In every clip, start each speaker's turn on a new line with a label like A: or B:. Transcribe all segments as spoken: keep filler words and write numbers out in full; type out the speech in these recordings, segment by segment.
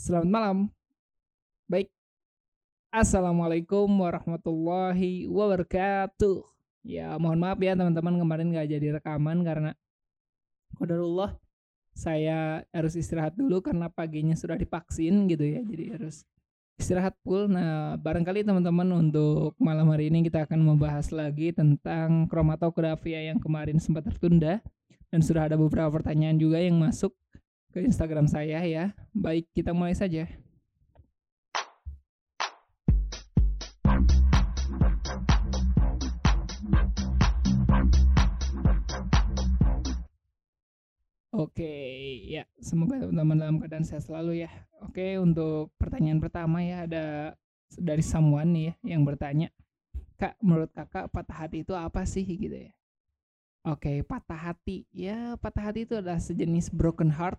A: Selamat malam. Baik, assalamualaikum warahmatullahi wabarakatuh. Ya, mohon maaf ya teman-teman kemarin nggak jadi rekaman karena qadarullah saya harus istirahat dulu karena paginya sudah divaksin gitu ya. Jadi harus istirahat full. Nah, barangkali teman-teman untuk malam hari ini kita akan membahas lagi tentang kromatografia yang kemarin sempat tertunda dan sudah ada beberapa pertanyaan juga yang masuk ke Instagram saya ya. Baik, kita mulai saja. Oke, ya semoga teman-teman dalam keadaan sehat selalu ya. Oke, untuk pertanyaan pertama ya ada dari someone nih ya yang bertanya, Kak, menurut kakak patah hati itu apa sih gitu ya? Oke, patah hati ya patah hati itu adalah sejenis broken heart.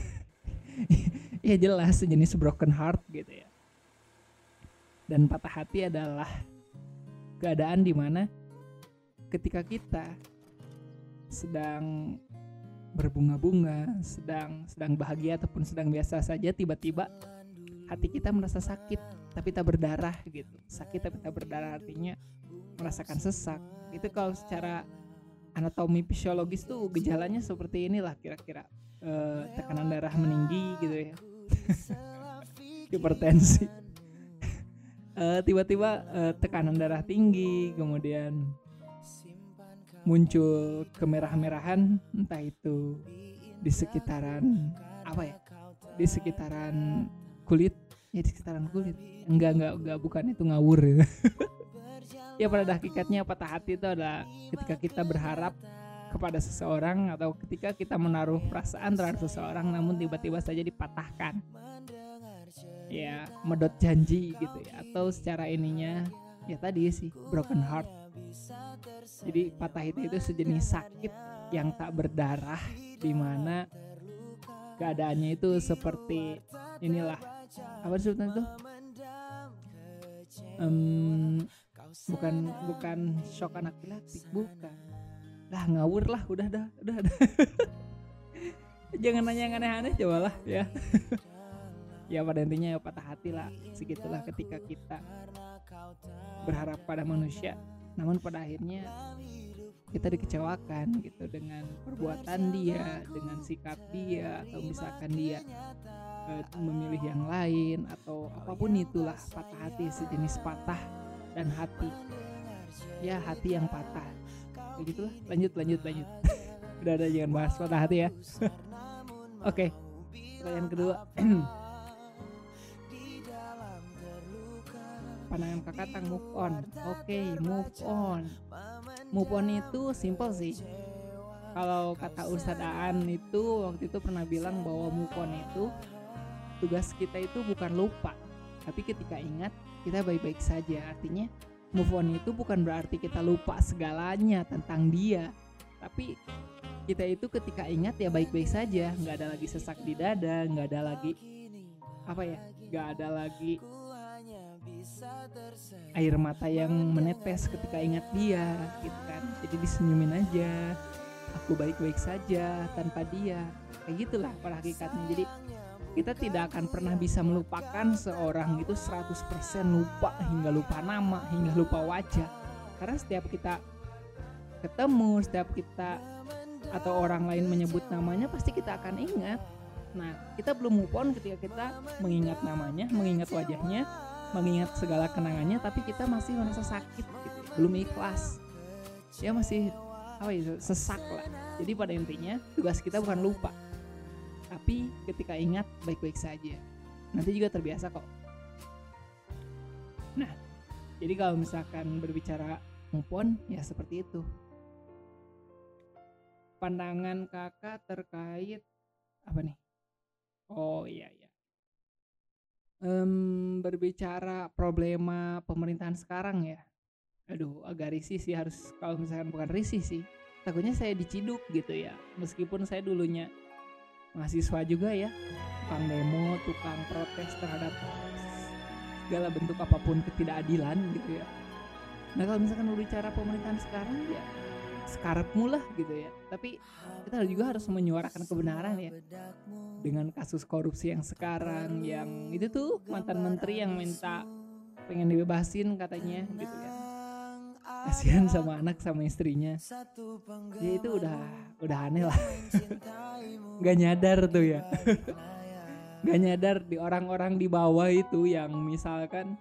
A: Ya jelas sejenis broken heart gitu ya. Dan patah hati adalah keadaan dimana ketika kita sedang berbunga-bunga, sedang sedang bahagia ataupun sedang biasa saja, tiba-tiba hati kita merasa sakit tapi tak berdarah gitu. Sakit tapi tak berdarah artinya merasakan sesak. Itu kalau secara anatomi fisiologis tuh gejalanya seperti inilah kira-kira. E, tekanan darah meninggi gitu ya. Hipertensi. E, tiba-tiba e, tekanan darah tinggi, kemudian muncul kemerah-merahan, entah itu di sekitaran apa ya, di sekitaran kulit, ya di sekitaran kulit. Enggak enggak enggak bukan itu ngawur. Ya pada hakikatnya patah hati itu adalah ketika kita berharap kepada seseorang atau ketika kita menaruh perasaan terhadap seseorang namun tiba-tiba saja dipatahkan. Ya medot janji gitu ya, atau secara ininya ya tadi sih broken heart. Jadi patah hati itu sejenis sakit yang tak berdarah, di mana keadaannya itu seperti inilah apa disebutnya itu um, bukan bukan shock anafilaksi, bukan lah, ngawur lah, udah dah udah dah. Jangan nanya yang aneh-aneh, cobalah ya. Ya pada intinya ya patah hati lah, segitulah ketika kita berharap pada manusia namun pada akhirnya kita dikecewakan gitu dengan perbuatan dia, dengan sikap dia, atau misalkan dia e, memilih yang lain atau apapun itulah. Patah hati sejenis patah dan hati, ya hati yang patah begitulah. Lanjut lanjut lanjut. Udah ada, jangan bahas patah hati ya. Oke, pertanyaan kedua. Pandangan kakak tentang move on. Oke, okay, move on. Move on itu simple sih. Kalau kata Ustadz Aan itu waktu itu pernah bilang bahwa move on itu tugas kita itu bukan lupa, tapi ketika ingat kita baik-baik saja. Artinya move on itu bukan berarti kita lupa segalanya tentang dia, tapi kita itu ketika ingat ya baik-baik saja, nggak ada lagi sesak di dada, nggak ada lagi apa ya, nggak ada lagi air mata yang menetes ketika ingat dia gitu kan. Jadi disenyumin aja, aku baik-baik saja tanpa dia, kayak gitulah pada hakikatnya. Jadi kita tidak akan pernah bisa melupakan seorang itu seratus persen lupa, hingga lupa nama, hingga lupa wajah. Karena setiap kita ketemu, setiap kita atau orang lain menyebut namanya pasti kita akan ingat. Nah, kita belum move on ketika kita mengingat namanya, mengingat wajahnya, mengingat segala kenangannya, tapi kita masih merasa sakit gitu, belum ikhlas, ya masih apa itu sesak lah. Jadi pada intinya tugas kita bukan lupa, tapi ketika ingat baik-baik saja, nanti juga terbiasa kok. Nah, jadi kalau misalkan berbicara move on ya seperti itu. Pandangan kakak terkait apa nih? Oh iya iya. Um, berbicara problema pemerintahan sekarang ya, aduh agak risih sih. Harus kalau misalkan bukan risih sih, takutnya saya diciduk gitu ya. Meskipun saya dulunya mahasiswa juga ya, tukang demo, tukang protes terhadap segala bentuk apapun ketidakadilan gitu ya. Nah kalau misalkan berbicara pemerintahan sekarang ya sekarepmu lah gitu ya. Tapi kita juga harus menyuarakan kebenaran ya. Dengan kasus korupsi yang sekarang, yang itu tuh mantan menteri yang minta pengen dibebasin katanya gitu ya. Kasihan sama anak sama istrinya. Ya itu udah udah aneh lah. Gak nyadar tuh ya. Gak nyadar di orang-orang di bawah itu yang misalkan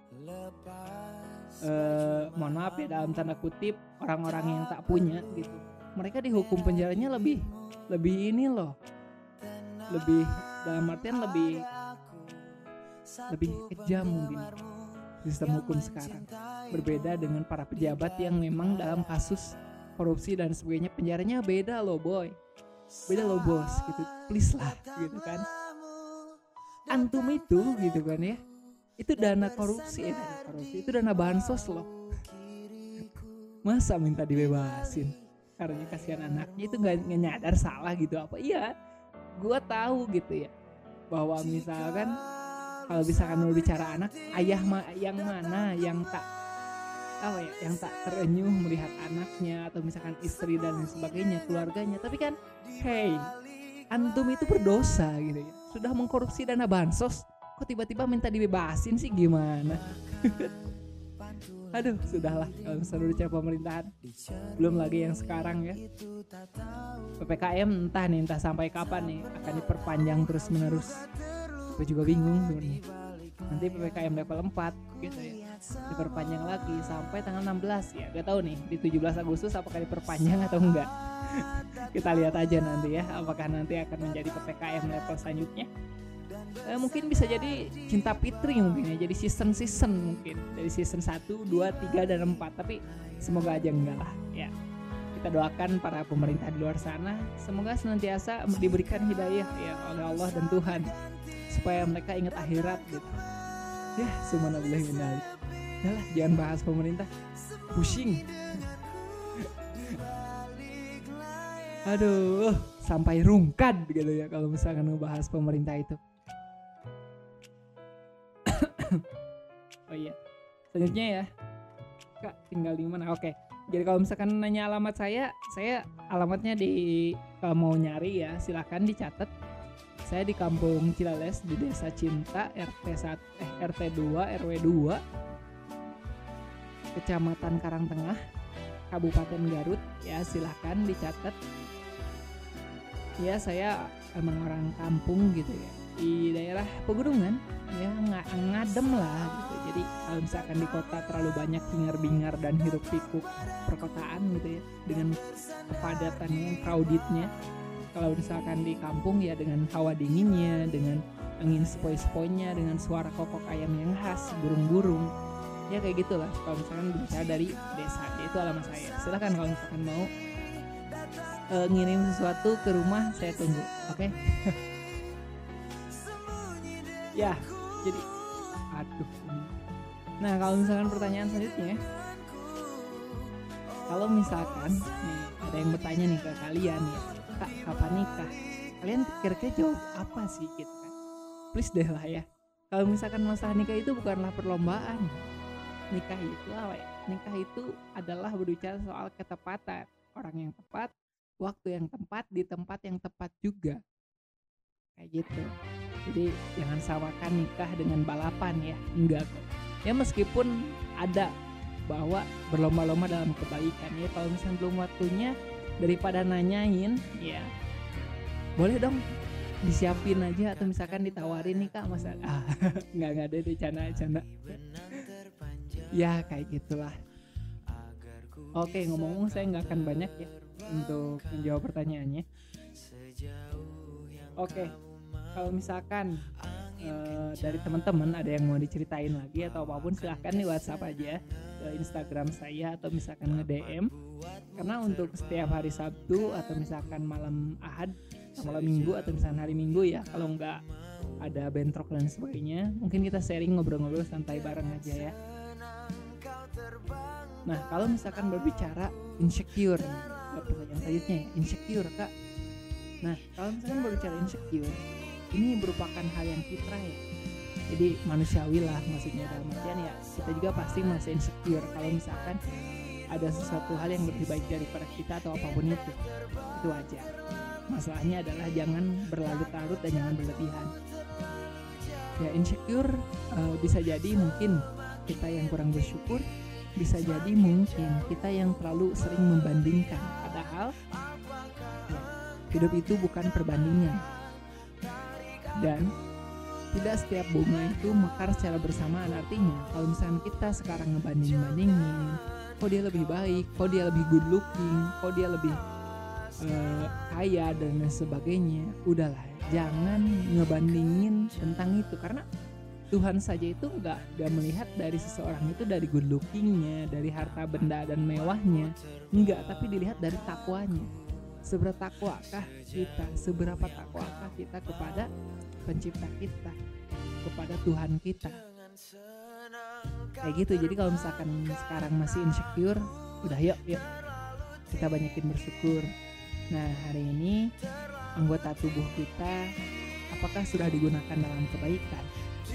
A: eh, mohon maaf ya dalam tanda kutip orang-orang yang tak punya gitu. Mereka dihukum penjaranya lebih lebih ini loh. Lebih dalam artian lebih lebih kejam mungkin sistem hukum sekarang. Berbeda dengan para pejabat yang memang dalam kasus korupsi dan sebagainya penjaranya beda loh boy. Beda loh bos gitu. Please lah gitu kan. Antum itu gitu kan ya. Itu dana korupsi, eh, dana korupsi. Itu dana bansos loh. Masa minta dibebasin? Karena kasihan anaknya itu nggak nyadar salah gitu apa? Iya, gue tahu gitu ya bahwa misalkan kalau misalkan mau bicara anak, ayah ma- yang mana yang tak apa ya, yang tak terenyuh melihat anaknya atau misalkan istri dan sebagainya, keluarganya. Tapi kan, hey, antum itu berdosa gitu ya. Sudah mengkorupsi dana bansos, kok tiba-tiba minta dibebasin sih gimana? Aduh, sudahlah kalau misalnya bicara pemerintahan. Belum lagi yang sekarang ya. P P K M entah nih, entah sampai kapan nih akan diperpanjang terus-menerus. Gue juga bingung sebenarnya. Nanti P P K M level empat gitu ya. Diperpanjang lagi sampai tanggal enam belas ya. Gak tahu nih di tujuh belas Agustus apakah diperpanjang atau enggak. Kita lihat aja nanti ya apakah nanti akan menjadi P P K M level selanjutnya. Eh, mungkin bisa jadi Cinta Fitri mungkin ya, jadi season-season mungkin dari season satu, dua, tiga, dan empat. Tapi semoga aja enggak lah ya. Kita doakan para pemerintah di luar sana semoga senantiasa diberikan hidayah ya oleh Allah dan Tuhan supaya mereka ingat akhirat gitu. Ya, subhanallahi wa bihamdihi. Yalah, jangan bahas pemerintah. Pusing. Aduh, sampai rungkad gitu ya kalau misalkan ngebahas pemerintah itu. Oh iya, selanjutnya ya Kak, tinggal di mana? Oke, jadi kalau misalkan nanya alamat saya, saya alamatnya di, kalau mau nyari ya silakan dicatat. Saya di Kampung Cilales di Desa Cinta, R T satu, eh, R T dua, R W dua, Kecamatan Karangtengah, Kabupaten Garut. Ya silakan dicatat. Ya saya emang orang kampung gitu ya, di daerah pegunungan ya, ng- ngadem lah gitu. Jadi kalau misalkan di kota terlalu banyak hingar-bingar dan hiruk pikuk perkotaan gitu ya, dengan kepadatannya, crowdednya. Kalau misalkan di kampung ya dengan hawa dinginnya, dengan angin sepoi-sepoinya, dengan suara kokok ayam yang khas, burung-burung. Ya kayak gitulah kalau misalkan bicara dari desa. Itu alamat saya. Silakan kalau misalkan mau uh, ngirim sesuatu ke rumah, saya tunggu. Oke. Okay? Ya, jadi aduh. Nah, kalau misalkan pertanyaan selanjutnya, kalau misalkan nih ada yang bertanya nih ke kalian ya, Kak, kapan nikah? Kalian kira-kira jawab apa sih gitu kan? Please deh lah ya. Kalau misalkan masalah nikah itu bukanlah perlombaan. Nikah itu apa ya? Nikah itu adalah berbicara soal ketepatan. Orang yang tepat, waktu yang tepat, di tempat yang tepat juga. Kayak gitu. Jadi jangan samakan nikah dengan balapan ya. Enggak kok. Ya meskipun ada bahwa berlomba-lomba dalam kebaikan ya. Kalau misalnya belum waktunya, daripada nanyain ya boleh dong disiapin aja, atau misalkan ditawarin nih Kak masa ah nggak nggak ada deh, canda-canda ya kayak gitulah. Oke, ngomong-ngomong saya nggak akan banyak ya untuk menjawab pertanyaannya. Oke, kalau misalkan uh, dari teman-teman ada yang mau diceritain lagi atau apapun, silahkan di WhatsApp aja ke Instagram saya atau misalkan nge-D M. Karena untuk setiap hari Sabtu atau misalkan malam Ahad, malam Minggu atau misalkan hari Minggu ya, kalau nggak ada bentrok dan sebagainya, mungkin kita sharing, ngobrol-ngobrol santai bareng aja ya. Nah, kalau misalkan berbicara insecure, pertanyaan selanjutnya ya, insecure Kak. Nah, kalau misalkan berbicara insecure, ini merupakan hal yang fitrah ya. Jadi manusiawi lah, maksudnya dalam artian ya kita juga pasti merasa insecure kalau misalkan ada sesuatu hal yang lebih baik daripada kita atau apapun itu. Itu wajar. Masalahnya adalah jangan berlarut-larut dan jangan berlebihan. Ya, insecure uh, bisa jadi mungkin kita yang kurang bersyukur, bisa jadi mungkin kita yang terlalu sering membandingkan. Padahal ya, hidup itu bukan perbandingan. Dan tidak setiap bunga itu mekar secara bersamaan. Artinya kalau misalnya kita sekarang ngebanding-bandingin, kok dia lebih baik, kok dia lebih good looking, kok dia lebih uh, kaya dan lain sebagainya, udahlah, jangan ngebandingin tentang itu. Karena Tuhan saja itu gak, gak melihat dari seseorang itu dari good lookingnya, dari harta benda dan mewahnya, enggak, tapi dilihat dari takwanya. Seberapa takwakah kita, seberapa takwakah kita kepada pencipta kita, kepada Tuhan kita. Kayak gitu. Jadi kalau misalkan sekarang masih insecure, udah yuk yuk kita banyakin bersyukur. Nah, hari ini anggota tubuh kita apakah sudah digunakan dalam kebaikan?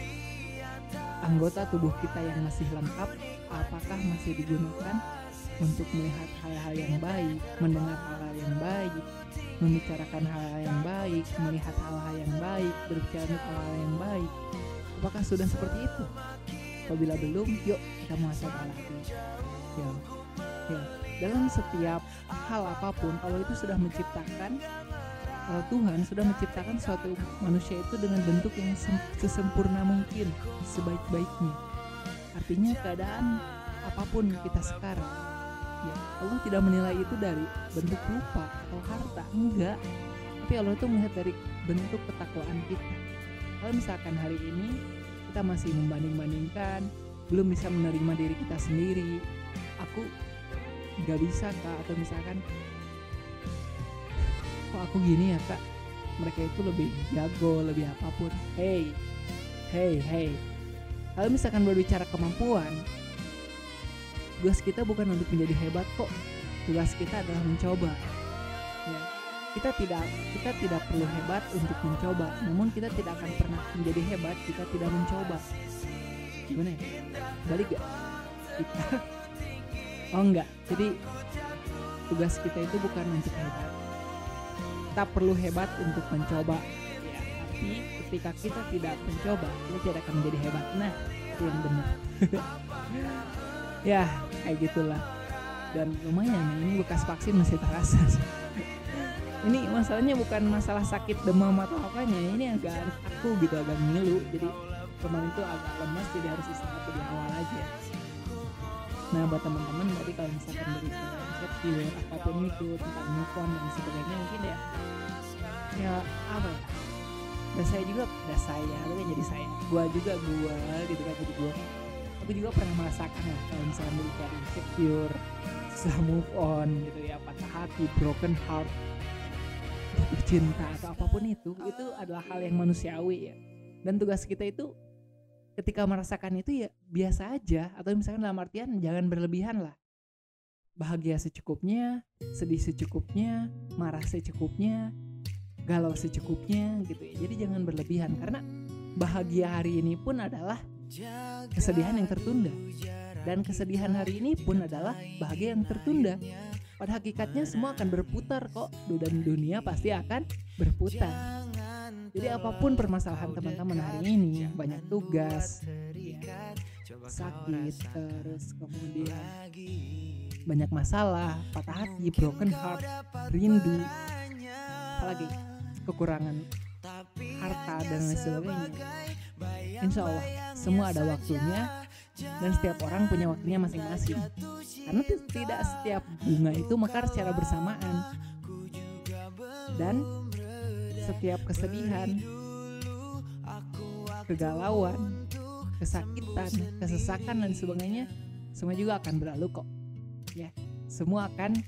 A: Anggota tubuh kita yang masih lengkap apakah masih digunakan untuk melihat hal-hal yang baik, mendengar hal-hal yang baik, membicarakan hal-hal yang baik, melihat hal-hal yang baik, berbicara hal-hal yang baik? Apakah sudah seperti itu? Apabila belum, yuk kita muhasabah lagi. Ya, ya. Dalam setiap hal apapun, Allah itu sudah menciptakan, Allah Tuhan sudah menciptakan suatu manusia itu dengan bentuk yang sesempurna mungkin, sebaik-baiknya. Artinya keadaan apapun kita sekarang, ya, Allah tidak menilai itu dari bentuk rupa atau harta, enggak. Tapi Allah itu melihat dari bentuk ketakwaan kita. Kalau misalkan hari ini kita masih membanding-bandingkan, belum bisa menerima diri kita sendiri, aku gak bisa kak, atau misalkan kok aku gini ya kak, mereka itu lebih jago, lebih apapun. Hey, hey, hey. Kalau misalkan berbicara kemampuan, tugas kita bukan untuk menjadi hebat kok. Tugas kita adalah mencoba. Ya, kita tidak kita tidak perlu hebat untuk mencoba. Namun kita tidak akan pernah menjadi hebat jika tidak mencoba. Gimana ya? Balik gak? Kita. Oh enggak. Jadi tugas kita itu bukan untuk hebat. Kita perlu hebat untuk mencoba. Ya, tapi ketika kita tidak mencoba, kita tidak akan menjadi hebat. Nah, itu yang benar. Ya, kayak gitulah. Dan lumayan, ini bekas vaksin masih terasa. Ini masalahnya bukan masalah sakit demam atau apanya, ini agak aku gitu, agak ngilu. Jadi kemarin itu agak lemas, jadi harus istirahat di awal aja. Nah, buat teman-teman tadi kalau misalkan berbicara insecure apapun itu tentang move on dan sebagainya, mungkin ya ya apa ya, dan saya juga, dan saya lu kan jadi saya, gua juga gua gitu kan, jadi gua aku juga pernah merasakan lah kalau misalnya berbicara insecure, susah move on gitu ya, patah hati, broken heart, jatuh cinta atau apapun itu, itu adalah hal yang manusiawi ya. Dan tugas kita itu ketika merasakan itu ya biasa aja, atau misalkan dalam artian jangan berlebihan lah. Bahagia secukupnya, sedih secukupnya, marah secukupnya, galau secukupnya gitu ya. Jadi jangan berlebihan, karena bahagia hari ini pun adalah kesedihan yang tertunda, dan kesedihan hari ini pun adalah bahagia yang tertunda. Pada hakikatnya semua akan berputar kok, dan dunia pasti akan berputar. Jadi apapun permasalahan teman-teman hari ini, banyak tugas, ya, sakit, terus kemudian banyak masalah, patah hati, broken heart, rindu, apalagi kekurangan harta dan lain sebagainya. Insya Allah semua ada waktunya, dan setiap orang punya waktunya masing-masing. Karena tidak setiap bunga itu mekar secara bersamaan, dan setiap kesedihan, kegalauan, kesakitan, kesesakan dan sebagainya, semua juga akan berlalu kok. Ya, semua akan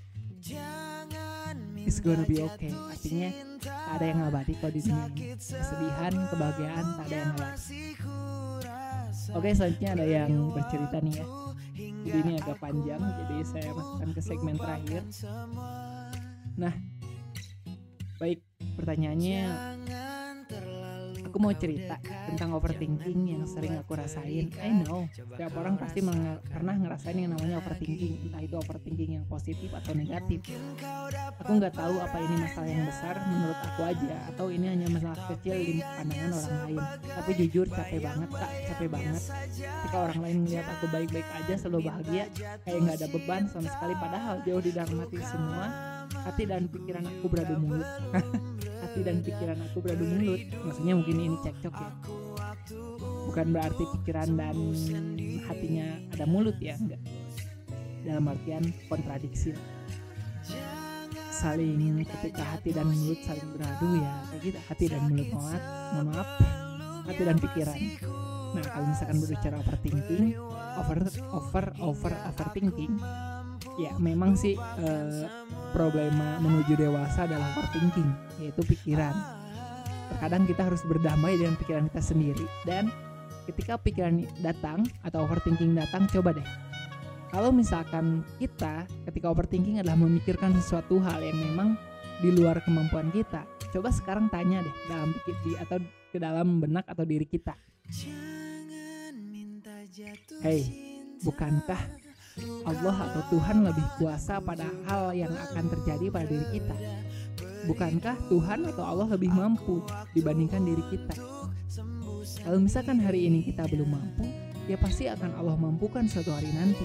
A: it's gonna be okay. Artinya tak ada yang abadi kok di dunia ini. Kesedihan, kebahagiaan, tak ada yang abadi. Oke, selanjutnya ada yang bercerita nih ya. Jadi ini agak panjang, jadi saya masukkan ke segmen terakhir. Nah, baik, pertanyaannya, Aku mau cerita tentang overthinking yang sering aku rasain. I know, setiap orang pasti meng- pernah ngerasain yang namanya overthinking, entah itu overthinking yang positif atau negatif. Aku nggak tahu apa ini masalah yang besar menurut aku aja, atau ini hanya masalah kecil di pandangan orang lain. Tapi jujur capek banget kak, capek banget. Ketika orang lain melihat aku baik-baik aja, selalu bahagia, kayak nggak ada beban sama sekali. Padahal jauh di dalam hati semua, hati dan pikiran aku beradu mulut. Hati dan pikiran aku beradu mulut. Maksudnya mungkin ini cekcok ya. Bukan berarti pikiran dan hatinya ada mulut ya, enggak. Dalam artian kontradiksi. Saling ketika hati dan mulut saling beradu ya, kayak gitu. Hati dan mulut mohon, mohon maaf. Hati dan pikiran. Nah, kalau misalkan berbicara overthinking, over over over overthinking, ya memang sih eh, problema menuju dewasa adalah overthinking, yaitu pikiran. Terkadang kita harus berdamai dengan pikiran kita sendiri, dan ketika pikiran datang atau overthinking datang, coba deh. Kalau misalkan kita ketika overthinking adalah memikirkan sesuatu hal yang memang di luar kemampuan kita, coba sekarang tanya deh dalam pikir di atau ke dalam benak atau diri kita. Hey, bukankah Allah atau Tuhan lebih kuasa pada hal yang akan terjadi pada diri kita? Bukankah Tuhan atau Allah lebih mampu dibandingkan diri kita? Kalau misalkan hari ini kita belum mampu, ya pasti akan Allah mampukan suatu hari nanti.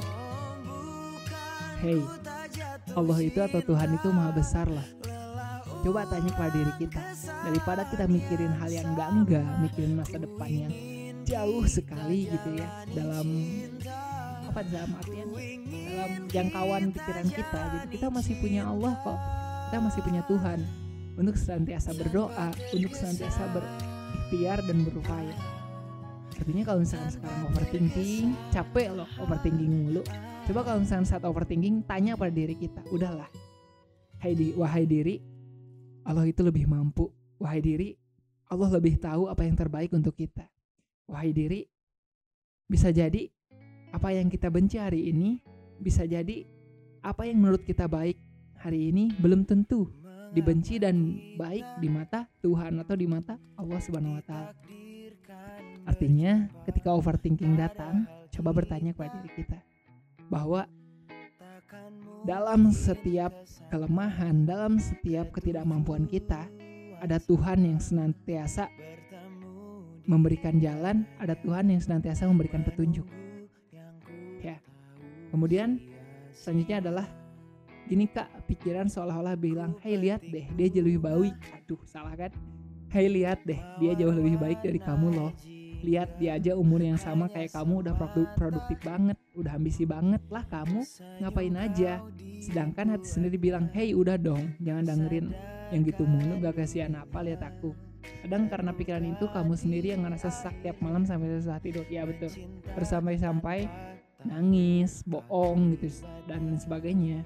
A: Hey, Allah itu atau Tuhan itu maha besar lah. Coba tanya pada diri kita, daripada kita mikirin hal yang enggak-enggak, mikirin masa depan yang jauh sekali gitu ya, dalam apa dalam artian dalam jangkauan pikiran kita gitu. Kita masih punya Allah kok, kita masih punya Tuhan untuk senantiasa berdoa, untuk senantiasa berikhtiar dan berupaya. Artinya kalau misalkan sekarang overthinking, capek loh overthinking mulu. Coba kalau misalkan saat overthinking, tanya pada diri kita, udahlah, hai di, wahai diri, Allah itu lebih mampu. Wahai diri, Allah lebih tahu apa yang terbaik untuk kita. Wahai diri, bisa jadi apa yang kita benci hari ini, bisa jadi apa yang menurut kita baik hari ini belum tentu dibenci dan baik di mata Tuhan atau di mata Allah Subhanahu wa taala. Artinya, ketika overthinking datang, coba bertanya kepada diri kita bahwa dalam setiap kelemahan, dalam setiap ketidakmampuan kita, ada Tuhan yang senantiasa memberikan jalan, ada Tuhan yang senantiasa memberikan petunjuk. Ya. Kemudian selanjutnya adalah gini kak, pikiran seolah-olah bilang, "Hai lihat deh, dia jauh lebih baik." Aduh, salah kan? "Hai lihat deh, dia jauh lebih baik dari kamu loh. Lihat dia aja umur yang sama kayak kamu udah produk, produktif banget, udah ambisi banget lah kamu, ngapain aja?" Sedangkan hati sendiri bilang, "Hei udah dong, jangan dengerin yang gitu mulu, gak kasihan apa lihat aku." Kadang karena pikiran itu kamu sendiri yang ngerasa sesak tiap malam sampai susah tidur. Ya betul, bersampai-sampai nangis, bohong gitu dan sebagainya.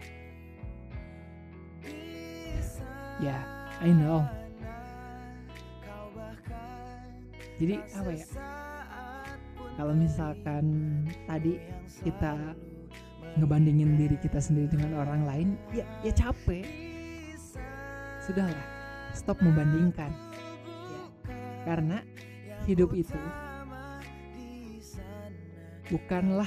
A: Ya, I know. Jadi apa ya, kalau misalkan tadi kita ngebandingin diri kita sendiri dengan orang lain, ya ya capek. Sudahlah, stop membandingkan ya, karena hidup itu bukanlah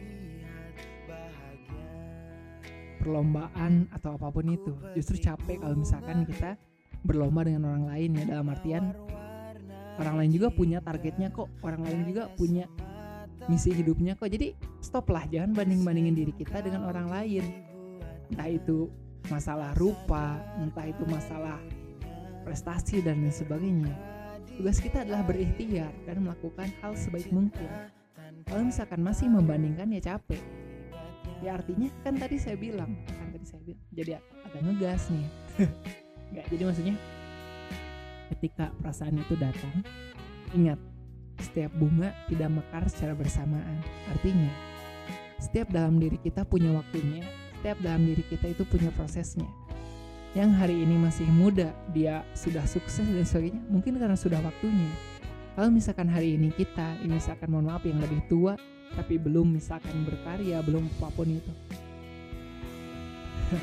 A: perlombaan atau apapun itu. Justru capek kalau misalkan kita berlomba dengan orang lain ya, dalam artian orang lain juga punya targetnya kok, orang lain juga punya misi hidupnya kok. Jadi stop lah, jangan banding-bandingin diri kita dengan orang lain. Entah itu masalah rupa, entah itu masalah prestasi dan lain sebagainya. Tugas kita adalah berikhtiar dan melakukan hal sebaik mungkin. Kalau misalkan masih membandingkan ya capek. Ya artinya kan tadi saya bilang, kan tadi saya bilang, jadi agak ngegas nih. Enggak, jadi maksudnya ketika perasaan itu datang, ingat, setiap bunga tidak mekar secara bersamaan. Artinya, setiap dalam diri kita punya waktunya, setiap dalam diri kita itu punya prosesnya. Yang hari ini masih muda, dia sudah sukses dan sebagainya, mungkin karena sudah waktunya. Kalau misalkan hari ini kita, ini misalkan mohon maaf yang lebih tua, tapi belum misalkan berkarya, belum apapun itu.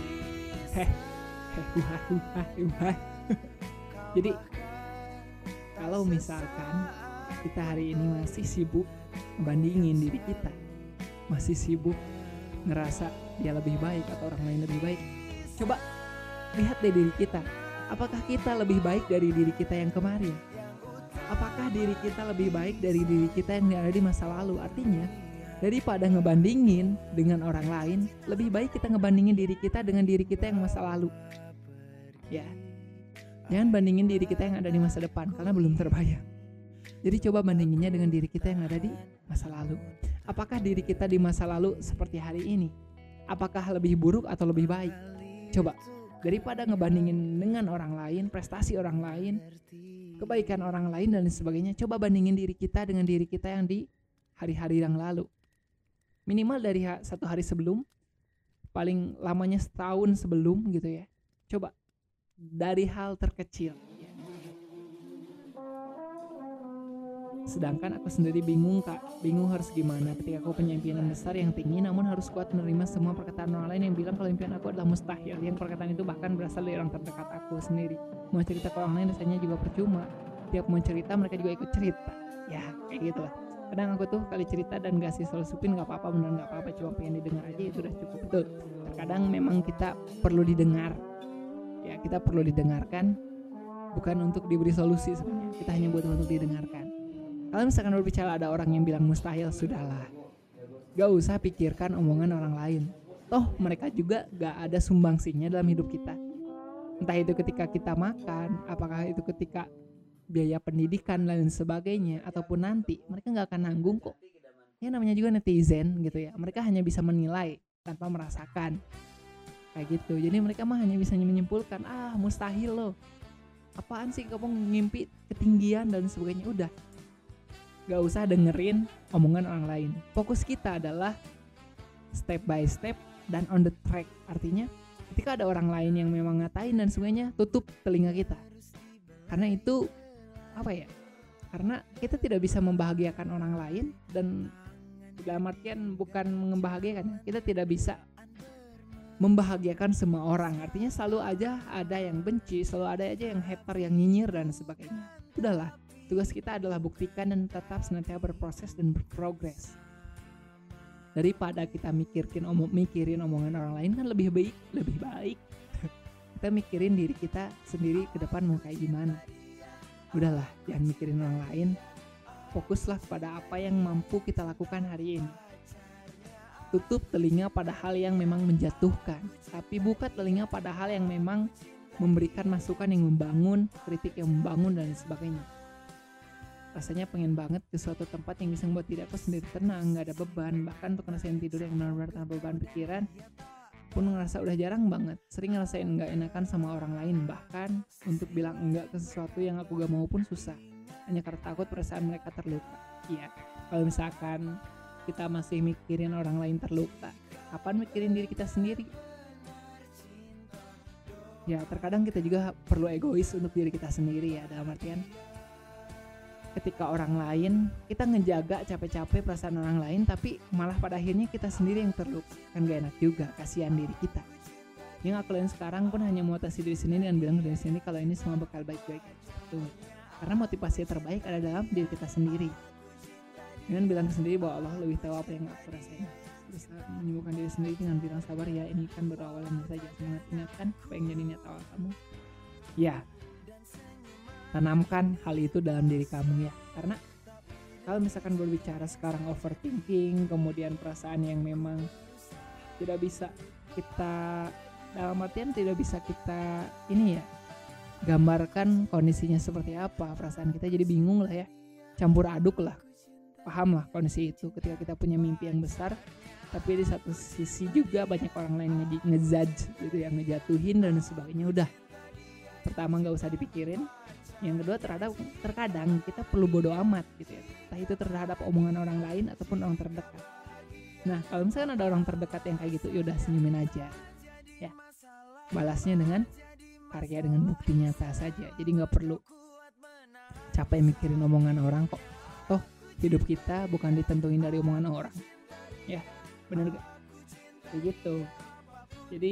A: Heh, heh, wah, wah, wah. Jadi Kalau misalkan kita hari ini masih sibuk ngebandingin diri kita, masih sibuk ngerasa dia lebih baik atau orang lain lebih baik, coba lihat deh diri kita. Apakah kita lebih baik dari diri kita yang kemarin? Apakah diri kita lebih baik dari diri kita yang ada di masa lalu? Artinya, daripada ngebandingin dengan orang lain, lebih baik kita ngebandingin diri kita dengan diri kita yang masa lalu. Ya, jangan bandingin diri kita yang ada di masa depan karena belum terbayang. Jadi coba bandinginnya dengan diri kita yang ada di masa lalu. Apakah diri kita di masa lalu seperti hari ini? Apakah lebih buruk atau lebih baik? Coba, daripada ngebandingin dengan orang lain, prestasi orang lain, kebaikan orang lain dan sebagainya, coba bandingin diri kita dengan diri kita yang di hari-hari yang lalu. Minimal dari ha- satu hari sebelum, paling lamanya setahun sebelum gitu ya. Coba dari hal terkecil. Sedangkan aku sendiri bingung kak, bingung harus gimana ketika aku punya impian besar yang tinggi, namun harus kuat menerima semua perkataan orang lain yang bilang kalau impian aku adalah mustahil. Yang perkataan itu bahkan berasal dari orang terdekat aku sendiri. Mau cerita ke orang lain rasanya juga percuma. Tiap mau cerita mereka juga ikut cerita. Ya kayak gitu lah. Kadang aku tuh kali cerita dan gak sih selesupin gak apa-apa, bener gak apa-apa, cuma pengen didengar aja itu udah cukup. Betul. Terkadang memang kita perlu didengar. Ya kita perlu didengarkan, bukan untuk diberi solusi sebenarnya. Kita hanya butuh untuk didengarkan. Kalau misalkan berbicara ada orang yang bilang mustahil, sudahlah, gak usah pikirkan omongan orang lain. Toh mereka juga gak ada sumbangsinya dalam hidup kita. Entah itu ketika kita makan, apakah itu ketika biaya pendidikan dan lain sebagainya, ataupun nanti mereka gak akan nanggung kok. Ya namanya juga netizen gitu ya. Mereka hanya bisa menilai tanpa merasakan. Kayak gitu. Jadi mereka mah hanya bisa menyimpulkan, ah mustahil loh. Apaan sih kamu ngimpi ketinggian dan sebagainya. Udah, gak usah dengerin omongan orang lain. Fokus kita adalah step by step dan on the track. Artinya ketika ada orang lain yang memang ngatain dan sebagainya, tutup telinga kita. Karena itu apa ya? Karena kita tidak bisa membahagiakan orang lain, dan dalam artian bukan membahagiakan, kita tidak bisa membahagiakan semua orang. Artinya selalu aja ada yang benci, selalu ada aja yang hater, yang nyinyir dan sebagainya. Udahlah, tugas kita adalah buktikan dan tetap senantiasa berproses dan berprogres. Daripada kita mikirin omong mikirin omongan orang lain, kan lebih baik, lebih baik kita mikirin diri kita sendiri ke depan mau kayak gimana. Udahlah, jangan mikirin orang lain. Fokuslah pada apa yang mampu kita lakukan hari ini. Tutup telinga pada hal yang memang menjatuhkan, tapi buka telinga pada hal yang memang memberikan masukan yang membangun, kritik yang membangun dan sebagainya. Rasanya pengen banget ke suatu tempat yang bisa membuat diri aku sendiri tenang, gak ada beban. Bahkan untuk ngerasain tidur yang benar-benar tanpa beban pikiran pun ngerasa udah jarang banget. Sering ngerasain gak enakan sama orang lain. Bahkan untuk bilang enggak ke sesuatu yang aku gak mau pun susah, hanya karena takut perasaan mereka terluka. Iya, kalau misalkan kita masih mikirin orang lain terluka, kapan mikirin diri kita sendiri? Ya terkadang kita juga perlu egois untuk diri kita sendiri ya. Dalam artian ketika orang lain, kita ngejaga capek-capek perasaan orang lain, tapi malah pada akhirnya kita sendiri yang terluka. Kan gak enak juga, kasihan diri kita. Yang aku lakuin sekarang pun hanya motivasi diri sendiri dan bilang ke diri sendiri kalau ini semua bakal baik-baik. Tuh. Karena motivasi terbaik ada dalam diri kita sendiri. Dengan bilang sendiri bahwa Allah lebih tahu apa yang aku rasain. Bisa menyembuhkan diri sendiri dengan bilang sabar ya, ini kan baru awalnya saja. Semangat, ingatkan apa yang jadi niat awal kamu. Ya, tanamkan hal itu dalam diri kamu ya. Karena kalau misalkan berbicara sekarang overthinking, kemudian perasaan yang memang tidak bisa kita, dalam artian tidak bisa kita ini ya, gambarkan kondisinya seperti apa, perasaan kita jadi bingung lah ya, campur aduk lah. Paham lah kondisi itu ketika kita punya mimpi yang besar, tapi di satu sisi juga banyak orang lain nge- ngejudge gitu ya, ngejatuhin dan sebagainya. Udah, pertama gak usah dipikirin. Yang kedua, terhadap terkadang kita perlu bodo amat gitu ya, entah itu terhadap omongan orang lain ataupun orang terdekat. Nah kalau misalkan ada orang terdekat yang kayak gitu, yaudah senyumin aja ya, balasnya dengan karya, dengan bukti nyata saja. Jadi gak perlu capek mikirin omongan orang kok. Toh hidup kita bukan ditentuin dari omongan orang ya, bener gak? Kayak gitu. Jadi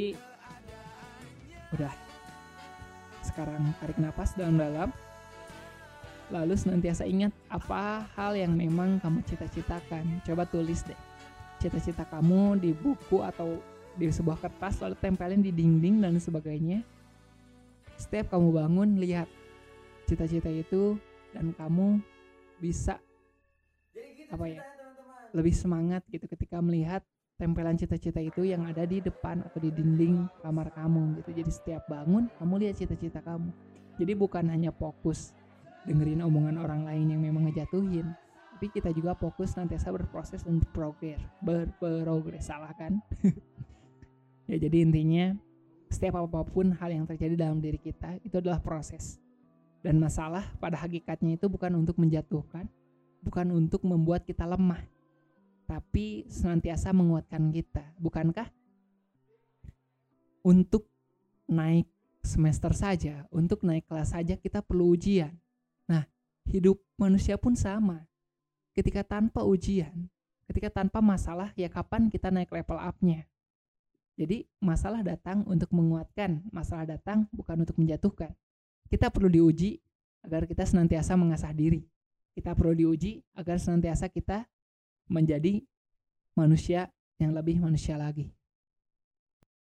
A: udah, sekarang tarik nafas dalam-dalam, Lalu senantiasa ingat apa hal yang memang kamu cita-citakan. Coba tulis deh cita-cita kamu di buku atau di sebuah kertas, lalu tempelin di dinding dan sebagainya. Setiap kamu bangun, lihat cita-cita itu dan kamu bisa apa ya, lebih semangat gitu ketika melihat tempelan cita-cita itu yang ada di depan atau di dinding kamar kamu gitu. Jadi setiap bangun kamu lihat cita-cita kamu. Jadi bukan hanya fokus dengerin omongan orang lain yang memang ngejatuhin, tapi kita juga fokus nantiasa berproses dan berprogres, berprogres salah kan? Ya jadi intinya setiap apapun hal yang terjadi dalam diri kita itu adalah proses. Dan masalah pada hakikatnya itu bukan untuk menjatuhkan, bukan untuk membuat kita lemah, tapi senantiasa menguatkan kita. Bukankah untuk naik semester saja, untuk naik kelas saja kita perlu ujian. Nah, hidup manusia pun sama. Ketika tanpa ujian, ketika tanpa masalah, ya kapan kita naik level up-nya? Jadi masalah datang untuk menguatkan, masalah datang bukan untuk menjatuhkan. Kita perlu diuji agar kita senantiasa mengasah diri. Kita perlu diuji agar senantiasa kita menjadi manusia yang lebih manusia lagi.